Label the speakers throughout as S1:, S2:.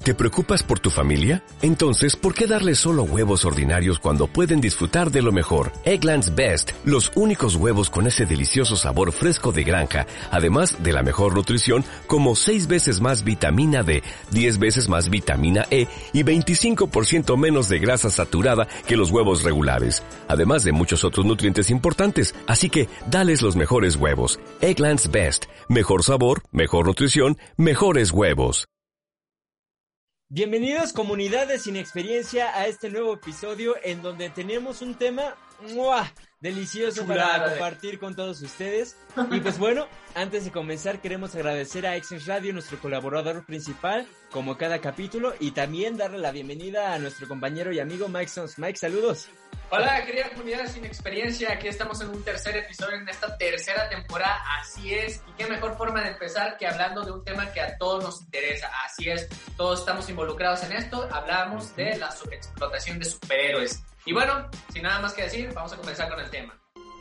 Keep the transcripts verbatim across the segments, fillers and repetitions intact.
S1: ¿Te preocupas por tu familia? Entonces, ¿por qué darles solo huevos ordinarios cuando pueden disfrutar de lo mejor? Eggland's Best, los únicos huevos con ese delicioso sabor fresco de granja, además de la mejor nutrición, como seis veces más vitamina D, diez veces más vitamina E y veinticinco por ciento menos de grasa saturada que los huevos regulares, además de muchos otros nutrientes importantes. Así que, dales los mejores huevos. Eggland's Best, mejor sabor, mejor nutrición, mejores huevos.
S2: Bienvenidos, comunidades sin experiencia, a este nuevo episodio en donde tenemos un tema ¡mua! Delicioso
S3: Chulada,
S2: para compartir con todos ustedes. Y pues bueno, antes de comenzar queremos agradecer a Exens Radio, nuestro colaborador principal, como cada capítulo, y también darle la bienvenida a nuestro compañero y amigo Mike Sons. Mike, saludos.
S3: Hola, querida comunidad sin experiencia, aquí estamos en un tercer episodio en esta tercera temporada, así es, y qué mejor forma de empezar que hablando de un tema que a todos nos interesa, así es, todos estamos involucrados en esto, hablamos de la sobreexplotación de superhéroes. Y bueno, sin nada más que decir, vamos a comenzar con el tema.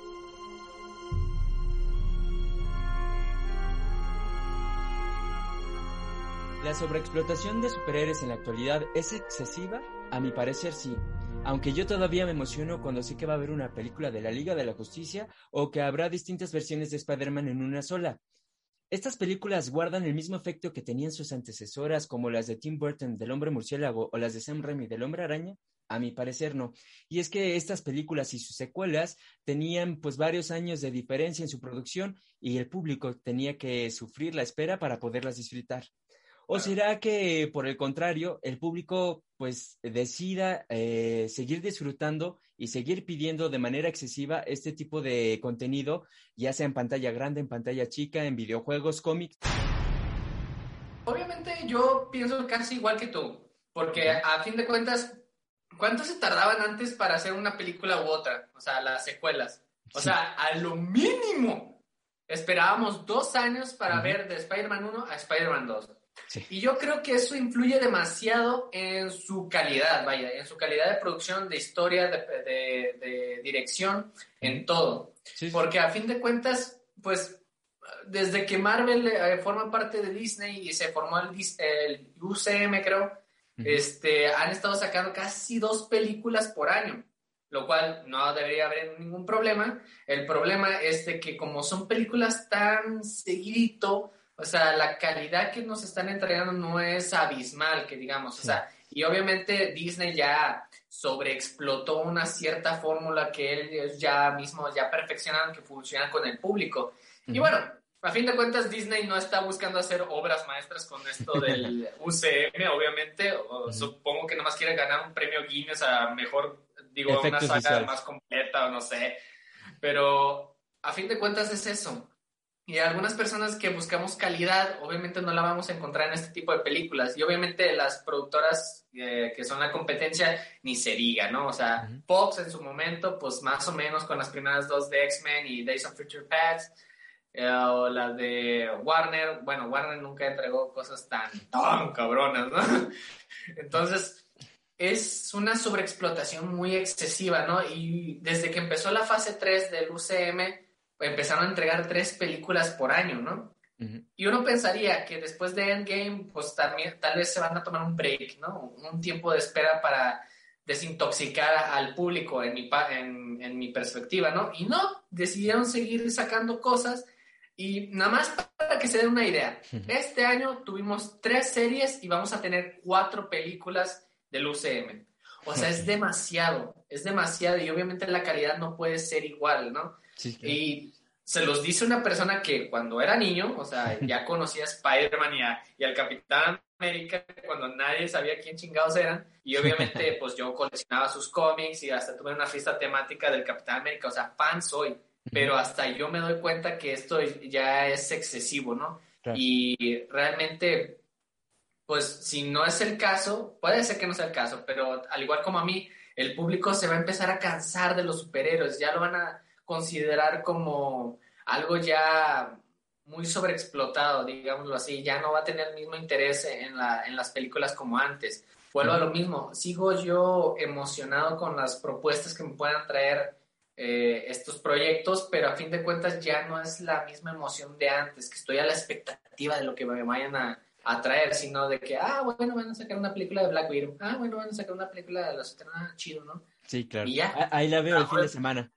S2: ¿La sobreexplotación de superhéroes en la actualidad es excesiva? A mi parecer sí, aunque yo todavía me emociono cuando sé que va a haber una película de la Liga de la Justicia o que habrá distintas versiones de Spider-Man en una sola. Estas películas guardan el mismo efecto que tenían sus antecesoras, como las de Tim Burton del Hombre Murciélago o las de Sam Raimi del Hombre Araña. A mi parecer no, y es que estas películas y sus secuelas tenían pues varios años de diferencia en su producción y el público tenía que sufrir la espera para poderlas disfrutar. ¿O será que, por el contrario, el público pues decida eh, seguir disfrutando y seguir pidiendo de manera excesiva este tipo de contenido, ya sea en pantalla grande, en pantalla chica, en videojuegos, cómics?
S3: Obviamente yo pienso casi igual que tú, porque a fin de cuentas, ¿cuánto se tardaban antes para hacer una película u otra? O sea, las secuelas. O
S2: Sí.
S3: sea, a lo mínimo esperábamos dos años para uh-huh. ver de Spider-Man uno a Spider-Man dos. Sí. Y yo creo que eso influye demasiado en su calidad, vaya, en su calidad de producción, de historia, de, de, de dirección, en todo. Sí, sí. Porque a fin de cuentas, pues, desde que Marvel eh, forma parte de Disney y se formó el, el U C M, creo, uh-huh. este, han estado sacando casi dos películas por año, lo cual no debería haber ningún problema. El problema es de que como son películas tan seguidito, o sea, la calidad que nos están entregando no es abismal, que digamos, sí. O sea, y obviamente Disney ya sobreexplotó una cierta fórmula que ellos ya mismos ya perfeccionaron que funciona con el público. Uh-huh. Y bueno, a fin de cuentas Disney no está buscando hacer obras maestras con esto del U C M, obviamente, o uh-huh. Supongo que nomás quiere ganar un premio Guinness a mejor, digo, efectos una saga visuales más completa o no sé, pero a fin de cuentas es eso. Y algunas personas que buscamos calidad, obviamente no la vamos a encontrar en este tipo de películas. Y obviamente las productoras eh, que son la competencia, ni se diga, ¿no? O sea, uh-huh. Fox en su momento, pues más o menos con las primeras dos de X-Men y Days of Future Past, eh, o las de Warner. Bueno, Warner nunca entregó cosas tan, tan cabronas, ¿no? Entonces, es una sobreexplotación muy excesiva, ¿no? Y desde que empezó la fase tres del U C M, empezaron a entregar tres películas por año, ¿no? Uh-huh. Y uno pensaría que después de Endgame, pues también tal vez se van a tomar un break, ¿no? Un tiempo de espera para desintoxicar al público en mi, en, en mi perspectiva, ¿no? Y no, decidieron seguir sacando cosas y nada más para que se den una idea. Uh-huh. Este año tuvimos tres series y vamos a tener cuatro películas del U C M. O sea, uh-huh. es demasiado, es demasiado y obviamente la calidad no puede ser igual, ¿no? Sí, claro. Y se los dice una persona que cuando era niño, o sea, ya conocía a Spider-Man y, a, y al Capitán América cuando nadie sabía quién chingados eran, y obviamente pues yo coleccionaba sus cómics y hasta tuve una fiesta temática del Capitán América, o sea, fan soy, pero hasta yo me doy cuenta que esto ya es excesivo, ¿no? Claro. Y realmente, pues si no es el caso, puede ser que no sea el caso, pero al igual como a mí, el público se va a empezar a cansar de los superhéroes, ya lo van a considerar como algo ya muy sobreexplotado, digámoslo así, ya no va a tener el mismo interés en, la, en las películas como antes. Vuelvo a lo mismo, sigo yo emocionado con las propuestas que me puedan traer eh, estos proyectos, pero a fin de cuentas ya no es la misma emoción de antes, que estoy a la expectativa de lo que me vayan a, atraer, sino de que, ah, bueno, van a sacar una película de Black Widow, ah, bueno, van a sacar una película de los Eternals, ah, chido, ¿no?
S2: Sí, claro.
S3: Y ya.
S2: Ahí la veo
S3: ah,
S2: el fin de semana.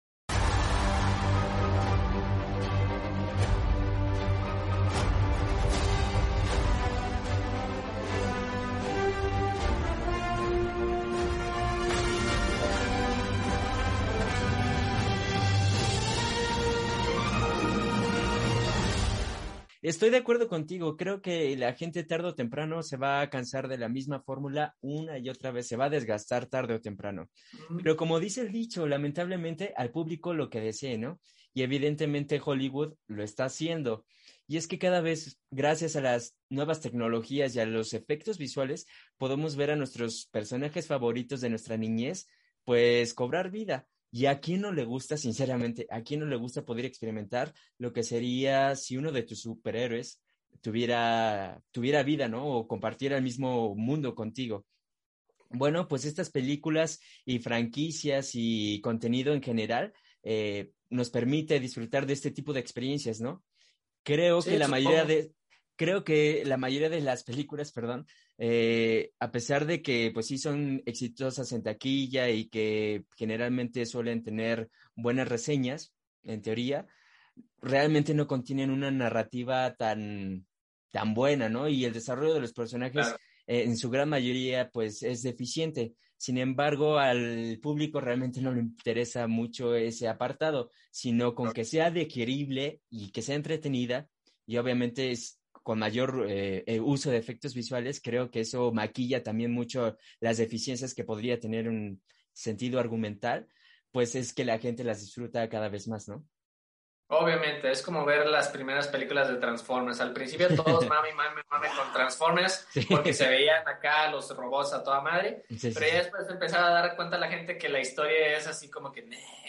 S2: Estoy de acuerdo contigo, creo que la gente tarde o temprano se va a cansar de la misma fórmula una y otra vez, se va a desgastar tarde o temprano. Mm. Pero como dice el dicho, lamentablemente al público lo que desee, ¿no? Y evidentemente Hollywood lo está haciendo. Y es que cada vez, gracias a las nuevas tecnologías y a los efectos visuales, podemos ver a nuestros personajes favoritos de nuestra niñez, pues cobrar vida. ¿Y a quién no le gusta, sinceramente, a quién no le gusta poder experimentar lo que sería si uno de tus superhéroes tuviera, tuviera vida, ¿no? O compartiera el mismo mundo contigo? Bueno, pues estas películas y franquicias y contenido en general eh, nos permite disfrutar de este tipo de experiencias, ¿no? Creo sí, que la mayoría de... Creo que la mayoría de las películas, perdón, eh, a pesar de que pues sí son exitosas en taquilla y que generalmente suelen tener buenas reseñas, en teoría, realmente no contienen una narrativa tan, tan buena, ¿no? Y el desarrollo de los personajes claro. eh, en su gran mayoría pues es deficiente. Sin embargo, al público realmente no le interesa mucho ese apartado, sino con que sea digerible y que sea entretenida, y obviamente es con mayor eh, eh, uso de efectos visuales, creo que eso maquilla también mucho las deficiencias que podría tener un sentido argumental, pues es que la gente las disfruta cada vez más, ¿no?
S3: Obviamente, es como ver las primeras películas de Transformers. Al principio todos mami, mami, mami con Transformers, sí. porque se veían acá los robots a toda madre, sí, pero sí, ya después empezaba a dar cuenta la gente que la historia es así como que...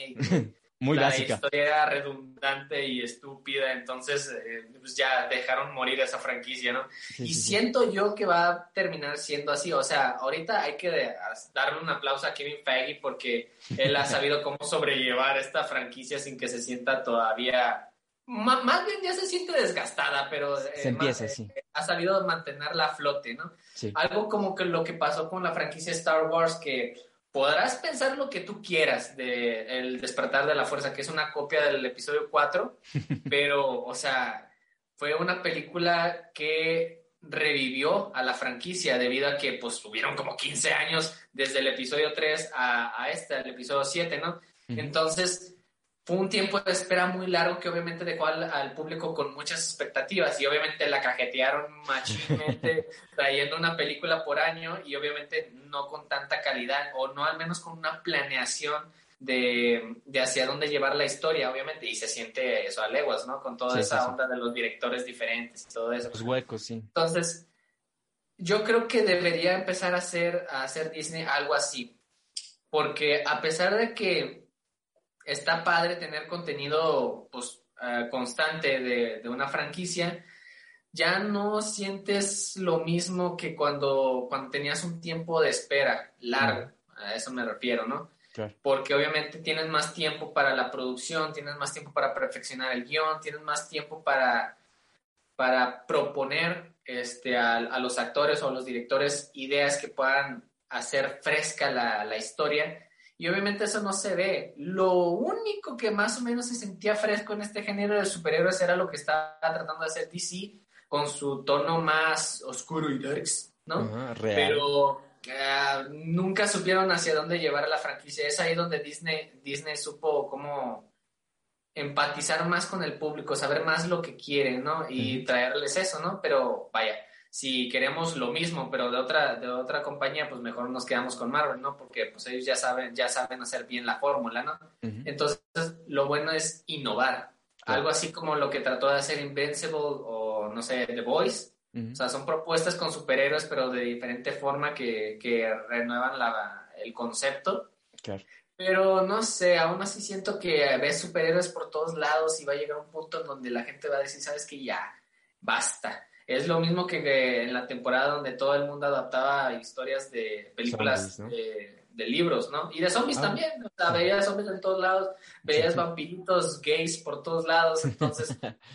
S2: Muy
S3: la
S2: básica.
S3: historia era redundante y estúpida, entonces eh, pues ya dejaron morir esa franquicia, ¿no? Sí, y sí, siento sí. yo que va a terminar siendo así, o sea, ahorita hay que darle un aplauso a Kevin Feige porque él ha sabido cómo sobrellevar esta franquicia sin que se sienta todavía, M- más bien ya se siente desgastada, pero eh,
S2: se empieza,
S3: más,
S2: sí.
S3: eh, ha sabido mantenerla a flote, ¿no?
S2: Sí.
S3: Algo como que lo que pasó con la franquicia Star Wars, que podrás pensar lo que tú quieras de El Despertar de la Fuerza, que es una copia del episodio cuatro, pero, o sea, fue una película que revivió a la franquicia debido a que, pues, tuvieron como quince años desde el episodio tres a, a este, al episodio siete, ¿no? Uh-huh. Entonces, fue un tiempo de espera muy largo que obviamente dejó al, al público con muchas expectativas y obviamente la cajetearon machinmente trayendo una película por año y obviamente no con tanta calidad o no al menos con una planeación de, de hacia dónde llevar la historia, obviamente, y se siente eso a leguas, ¿no? Con toda sí, esa sí, sí. onda de los directores diferentes y todo eso.
S2: Los huecos, sí.
S3: Entonces, yo creo que debería empezar a hacer, a hacer Disney algo así, porque a pesar de que está padre tener contenido pues, uh, constante de, de una franquicia, ya no sientes lo mismo que cuando, cuando tenías un tiempo de espera largo, uh-huh. a eso me refiero, ¿no?
S2: Claro.
S3: Porque obviamente tienes más tiempo para la producción, tienes más tiempo para perfeccionar el guión, tienes más tiempo para, para proponer este, a, a los actores o a los directores ideas que puedan hacer fresca la, la historia. Y obviamente eso no se ve. Lo único que más o menos se sentía fresco en este género de superhéroes era lo que estaba tratando de hacer D C con su tono más oscuro y darks, ¿no?
S2: Uh-huh, real.
S3: Pero uh, nunca supieron hacia dónde llevar a la franquicia. Es ahí donde Disney, Disney supo cómo empatizar más con el público, saber más lo que quieren, ¿no? Y uh-huh. traerles eso, ¿no? Pero vaya, si queremos lo mismo, pero de otra, de otra compañía, pues mejor nos quedamos con Marvel, ¿no? Porque pues ellos ya saben, ya saben hacer bien la fórmula, ¿no? Uh-huh. Entonces, lo bueno es innovar. Uh-huh. Algo así como lo que trató de hacer Invincible o, no sé, The Boys. Uh-huh. O sea, son propuestas con superhéroes, pero de diferente forma que, que renuevan la, el concepto.
S2: Claro.
S3: Pero, no sé, aún así siento que ves superhéroes por todos lados y va a llegar un punto en donde la gente va a decir, ¿sabes qué? Ya, basta. Es lo mismo que, que en la temporada donde todo el mundo adaptaba historias de películas zombies, ¿no? de, de libros, ¿no? Y de zombies ah. también, o sea, veías zombies en todos lados, veías sí. vampiritos gays por todos lados, entonces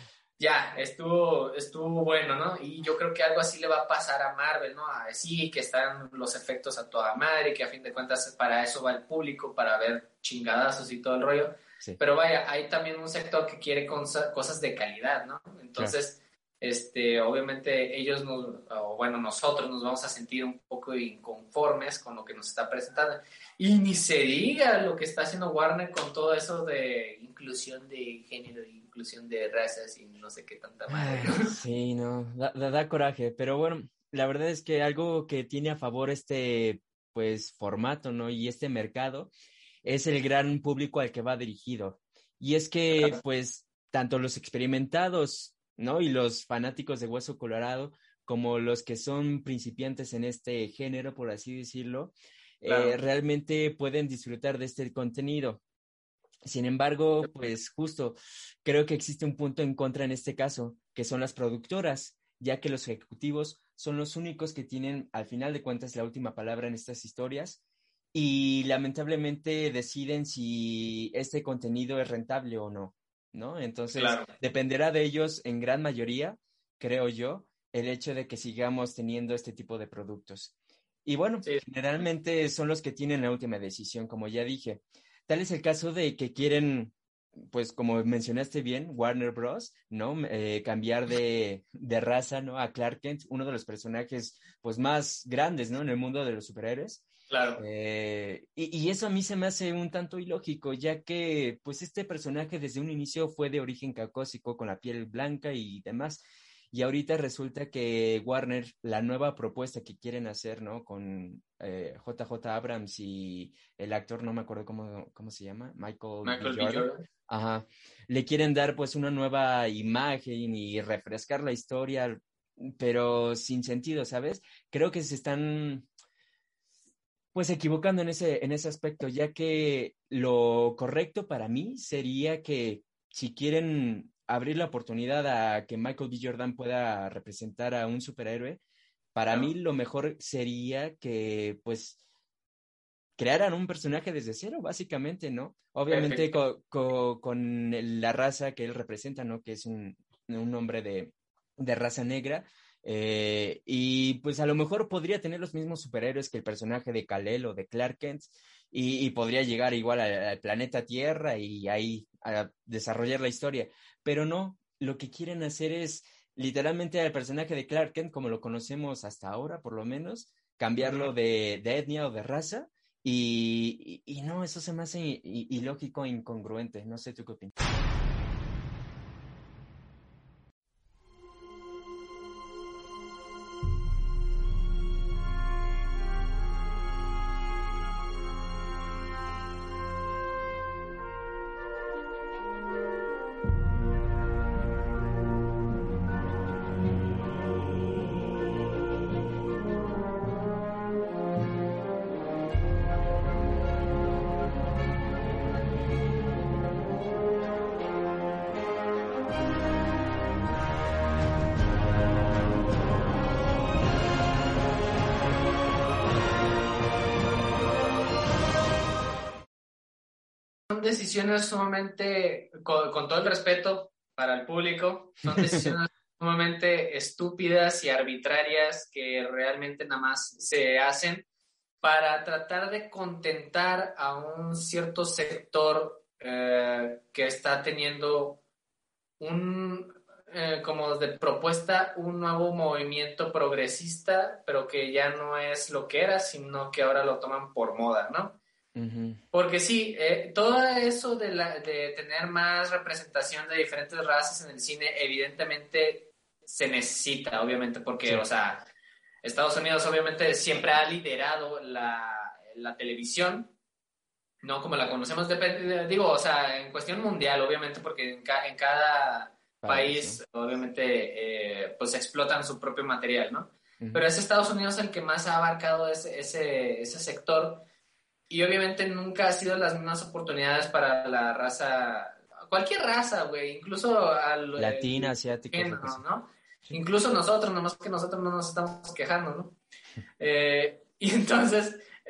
S3: ya, estuvo, estuvo bueno, ¿no? Y yo creo que algo así le va a pasar a Marvel, ¿no? A, sí, que están los efectos a toda madre, que a fin de cuentas para eso va el público, para ver chingadazos y todo el rollo. Sí. Pero vaya, hay también un sector que quiere cosas, cosas de calidad, ¿no? Entonces, claro. este, obviamente ellos, nos, o bueno, nosotros nos vamos a sentir un poco inconformes con lo que nos está presentando. Y ni se diga lo que está haciendo Warner con todo eso de inclusión de género y inclusión de razas y no sé qué tanta madre, ¿no?
S2: Sí, no, da, da, da coraje, pero bueno, la verdad es que algo que tiene a favor este, pues, formato, ¿no? Y este mercado es el gran público al que va dirigido. Y es que, pues, tanto los experimentados, ¿no? Y los fanáticos de Hueso Colorado, como los que son principiantes en este género, por así decirlo, claro. eh, realmente pueden disfrutar de este contenido. Sin embargo, pues justo creo que existe un punto en contra en este caso, que son las productoras, ya que los ejecutivos son los únicos que tienen, al final de cuentas, la última palabra en estas historias y lamentablemente deciden si este contenido es rentable o no, ¿no? Entonces, claro. dependerá de ellos en gran mayoría, creo yo, el hecho de que sigamos teniendo este tipo de productos. Y bueno, sí. generalmente son los que tienen la última decisión, como ya dije. Tal es el caso de que quieren, pues como mencionaste bien, Warner Bros., ¿no? Eh, cambiar de, de raza, ¿no? A Clark Kent, uno de los personajes, pues, más grandes, ¿no? En el mundo de los superhéroes.
S3: Claro.
S2: Eh, y, y eso a mí se me hace un tanto ilógico, ya que, pues, este personaje desde un inicio fue de origen caucásico, con la piel blanca y demás. Y ahorita resulta que Warner, la nueva propuesta que quieren hacer, ¿no? Con eh, J J Abrams y el actor, no me acuerdo cómo, cómo se llama, Michael,
S3: Michael
S2: B. Jordan. B. Jordan. Ajá. Le quieren dar, pues, una nueva imagen y refrescar la historia, pero sin sentido, ¿sabes? Creo que se están, pues, equivocando en ese, en ese aspecto, ya que lo correcto para mí sería que si quieren abrir la oportunidad a que Michael B. Jordan pueda representar a un superhéroe, para claro. mí lo mejor sería que, pues, crearan un personaje desde cero, básicamente, ¿no? Obviamente con, con, con la raza que él representa, ¿no? Que es un, un hombre de, de raza negra, eh, y pues a lo mejor podría tener los mismos superhéroes que el personaje de Kal-El o de Clark Kent, y, y podría llegar igual al, al planeta Tierra y ahí a desarrollar la historia. Pero no, lo que quieren hacer es literalmente al personaje de Clark Kent, como lo conocemos hasta ahora, por lo menos, cambiarlo de, de etnia o de raza, y, y, y no, eso se me hace ilógico e incongruente. No sé, ¿tú qué opinas?
S3: Decisiones sumamente, con, con todo el respeto para el público, son decisiones sumamente estúpidas y arbitrarias que realmente nada más se hacen para tratar de contentar a un cierto sector eh, que está teniendo un, eh, como de propuesta, un nuevo movimiento progresista, pero que ya no es lo que era, sino que ahora lo toman por moda, ¿no?
S2: Uh-huh.
S3: Porque sí, eh, todo eso de, la, de tener más representación de diferentes razas en el cine, evidentemente se necesita, obviamente, porque, sí. o sea, Estados Unidos obviamente siempre ha liderado la, la televisión, no como la conocemos, de, de, digo, o sea, en cuestión mundial, obviamente, porque en, ca, en cada país, sí. obviamente, eh, pues explotan su propio material, ¿no? Uh-huh. Pero es Estados Unidos el que más ha abarcado ese, ese, ese sector. Y obviamente nunca ha sido las mismas oportunidades para la raza, cualquier raza, güey, incluso al
S2: latina, asiática,
S3: ¿no? ¿no? Sí. Incluso nosotros, nomás que nosotros no nos estamos quejando, ¿no? eh, y entonces,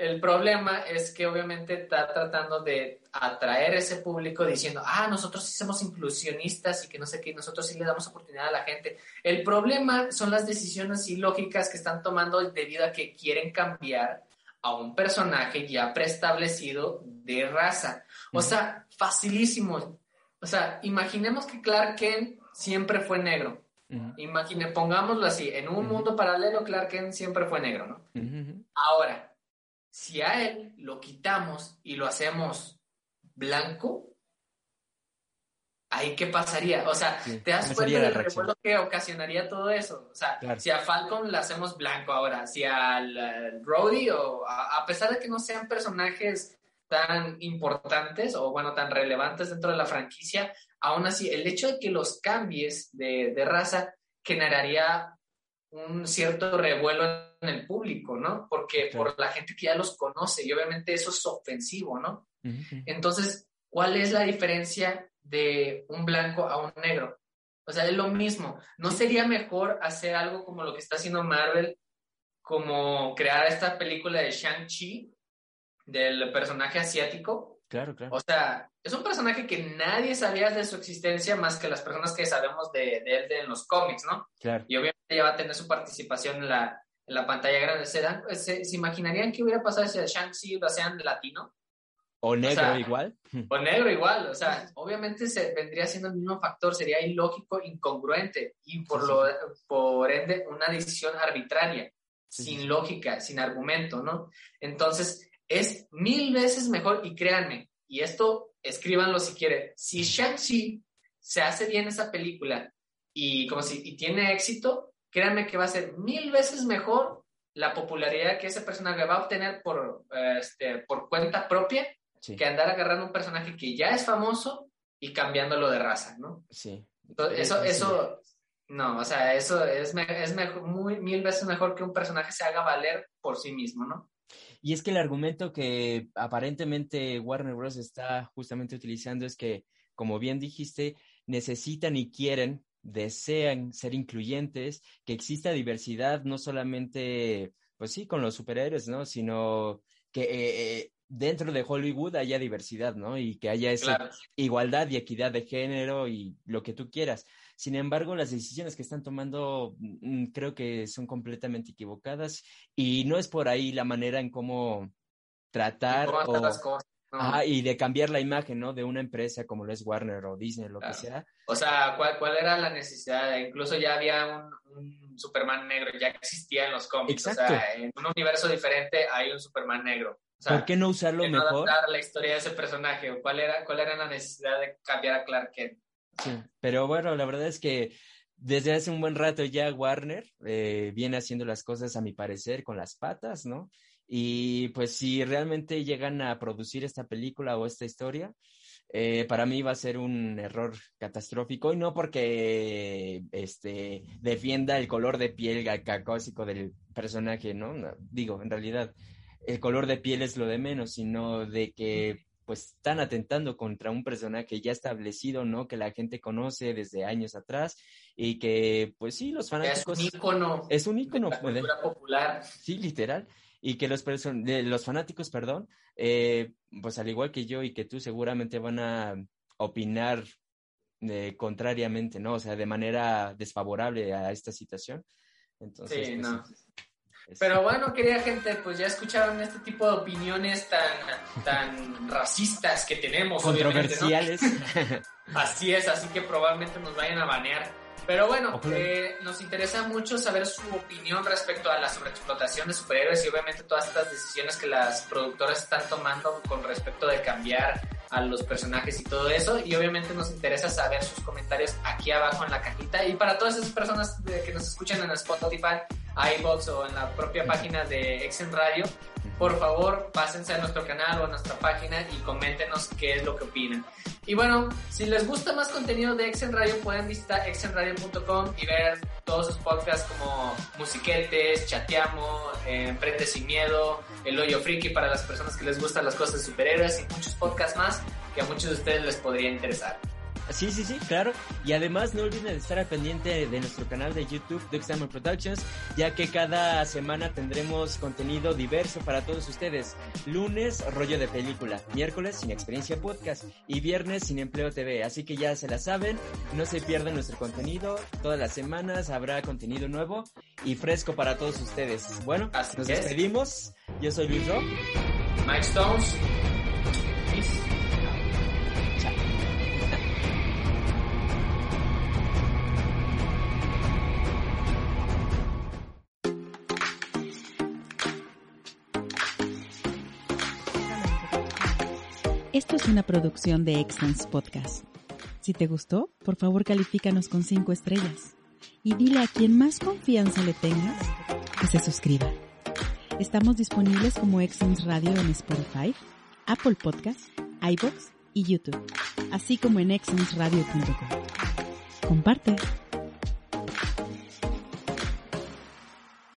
S3: el problema es que obviamente está tratando de atraer ese público diciendo, ah, nosotros sí somos inclusionistas y que no sé qué, nosotros sí le damos oportunidad a la gente. El problema son las decisiones ilógicas que están tomando debido a que quieren cambiar a un personaje ya preestablecido de raza. O sea, facilísimo. O sea, imaginemos que Clark Kent siempre fue negro. Uh-huh. Imagine, pongámoslo así, en un uh-huh. mundo paralelo Clark Kent siempre fue negro, ¿no? Uh-huh. Ahora, si a él lo quitamos y lo hacemos blanco, ¿ahí qué pasaría? O sea, sí, ¿te das cuenta del revuelo que ocasionaría todo eso? O sea, claro. Si a Falcon le hacemos blanco ahora, si al, al Rhodey, o a, a pesar de que no sean personajes tan importantes o, bueno, tan relevantes dentro de la franquicia, aún así, el hecho de que los cambies de, de raza generaría un cierto revuelo en el público, ¿no? Porque claro. por la gente que ya los conoce, y obviamente eso es ofensivo, ¿no? Uh-huh. Entonces, ¿cuál es la diferencia de un blanco a un negro? O sea, es lo mismo. ¿No sería mejor hacer algo como lo que está haciendo Marvel, como crear esta película de Shang-Chi, del personaje asiático?
S2: Claro, claro.
S3: O sea, es un personaje que nadie sabía de su existencia más que las personas que sabemos de, de él de, en los cómics, ¿no?
S2: Claro.
S3: Y obviamente ya va a tener su participación en la, en la pantalla grande. ¿Se, dan, se, ¿Se imaginarían qué hubiera pasado si a Shang-Chi lo hacían latino?
S2: O negro, o sea, igual.
S3: O negro igual. O sea, obviamente se vendría siendo el mismo factor. Sería ilógico, incongruente y por, sí, lo, sí. por ende una decisión arbitraria, sí, sin sí. lógica, sin argumento, ¿no? Entonces, es mil veces mejor, y créanme, y esto escríbanlo si quieren, si Shang-Chi se hace bien esa película y, como si, y tiene éxito, créanme que va a ser mil veces mejor la popularidad que ese personaje va a obtener por, este, por cuenta propia, sí, que andar agarrando un personaje que ya es famoso y cambiándolo de raza, ¿no?
S2: Sí.
S3: Entonces, eso, sí. eso, no, o sea, eso es, es mejor, muy, mil veces mejor que un personaje se haga valer por sí mismo, ¿no?
S2: Y es que el argumento que aparentemente Warner Bros. Está justamente utilizando es que, como bien dijiste, necesitan y quieren, desean ser incluyentes, que exista diversidad, no solamente, pues sí, con los superhéroes, ¿no? Sino que eh, dentro de Hollywood haya diversidad, ¿no? Y que haya esa claro. igualdad y equidad de género y lo que tú quieras. Sin embargo, las decisiones que están tomando mmm, creo que son completamente equivocadas, y no es por ahí la manera en cómo tratar
S3: cómo
S2: o,
S3: las cosas, ¿no?
S2: Ajá, y de cambiar la imagen, ¿no? De una empresa como lo es Warner o Disney, lo
S3: claro.
S2: que sea.
S3: O sea, ¿cuál, cuál era la necesidad? Incluso ya había un, un Superman negro, ya existía en los cómics.
S2: Exacto.
S3: O sea, en un universo diferente hay un Superman negro. O sea,
S2: ¿por qué no usarlo
S3: ¿por qué
S2: mejor?
S3: no adaptar la historia de ese personaje? ¿Cuál era, cuál era la necesidad de cambiar a Clark Kent?
S2: Sí, pero bueno, la verdad es que desde hace un buen rato ya Warner eh, viene haciendo las cosas, a mi parecer, con las patas, ¿no? Y pues si realmente llegan a producir esta película o esta historia, eh, para mí va a ser un error catastrófico, y no porque este, defienda el color de piel caucásico del personaje, ¿no? No, digo, en realidad, el color de piel es lo de menos, sino de que pues están atentando contra un personaje ya establecido, ¿no? Que la gente conoce desde años atrás y que, pues sí, los fanáticos...
S3: Es un ícono.
S2: Es un ícono.
S3: De la cultura popular.
S2: Sí, literal. Y que los, person- de los fanáticos, perdón, eh, pues al igual que yo y que tú, seguramente van a opinar eh, contrariamente, ¿no? O sea, de manera desfavorable a esta situación. Entonces,
S3: sí,
S2: pues,
S3: no.
S2: sí.
S3: Pero bueno, querida gente, pues ya escucharon este tipo de opiniones tan, tan racistas que tenemos.
S2: Controversiales.
S3: ¿No? Así es, así que probablemente nos vayan a banear. Pero bueno, eh, nos interesa mucho saber su opinión respecto a la sobreexplotación de superhéroes y obviamente todas estas decisiones que las productoras están tomando con respecto de cambiar a los personajes y todo eso. Y obviamente nos interesa saber sus comentarios aquí abajo en la cajita. Y para todas esas personas de, que nos escuchan en Spotify, iVoox o en la propia página de Exen Radio, por favor, pásense a nuestro canal o a nuestra página y coméntenos qué es lo que opinan. Y bueno, si les gusta más contenido de Exen Radio, pueden visitar exen radio punto com y ver todos sus podcasts como Musiquetes, Chateamos, eh, Emprende Sin Miedo, El Hoyo Friki para las personas que les gustan las cosas de superhéroes y muchos podcasts más que a muchos de ustedes les podría interesar.
S2: Sí, sí, sí, claro. Y además no olviden de estar al pendiente de nuestro canal de YouTube, Dux Diamond Productions, ya que cada semana tendremos contenido diverso para todos ustedes. Lunes, rollo de película. Miércoles, Sin Experiencia Podcast. Y viernes, Sin Empleo T V. Así que ya se la saben, no se pierdan nuestro contenido. Todas las semanas habrá contenido nuevo y fresco para todos ustedes. Bueno,
S3: Así
S2: nos
S3: es.
S2: despedimos. Yo soy Luis Rock.
S3: Mike Stones. Peace.
S2: Chao.
S4: Esto es una producción de Excellence Podcast. Si te gustó, por favor califícanos con cinco estrellas. Y dile a quien más confianza le tengas que se suscriba. Estamos disponibles como Excellence Radio en Spotify, Apple Podcasts, iVoox y YouTube, así como en excellence radio punto com. Comparte.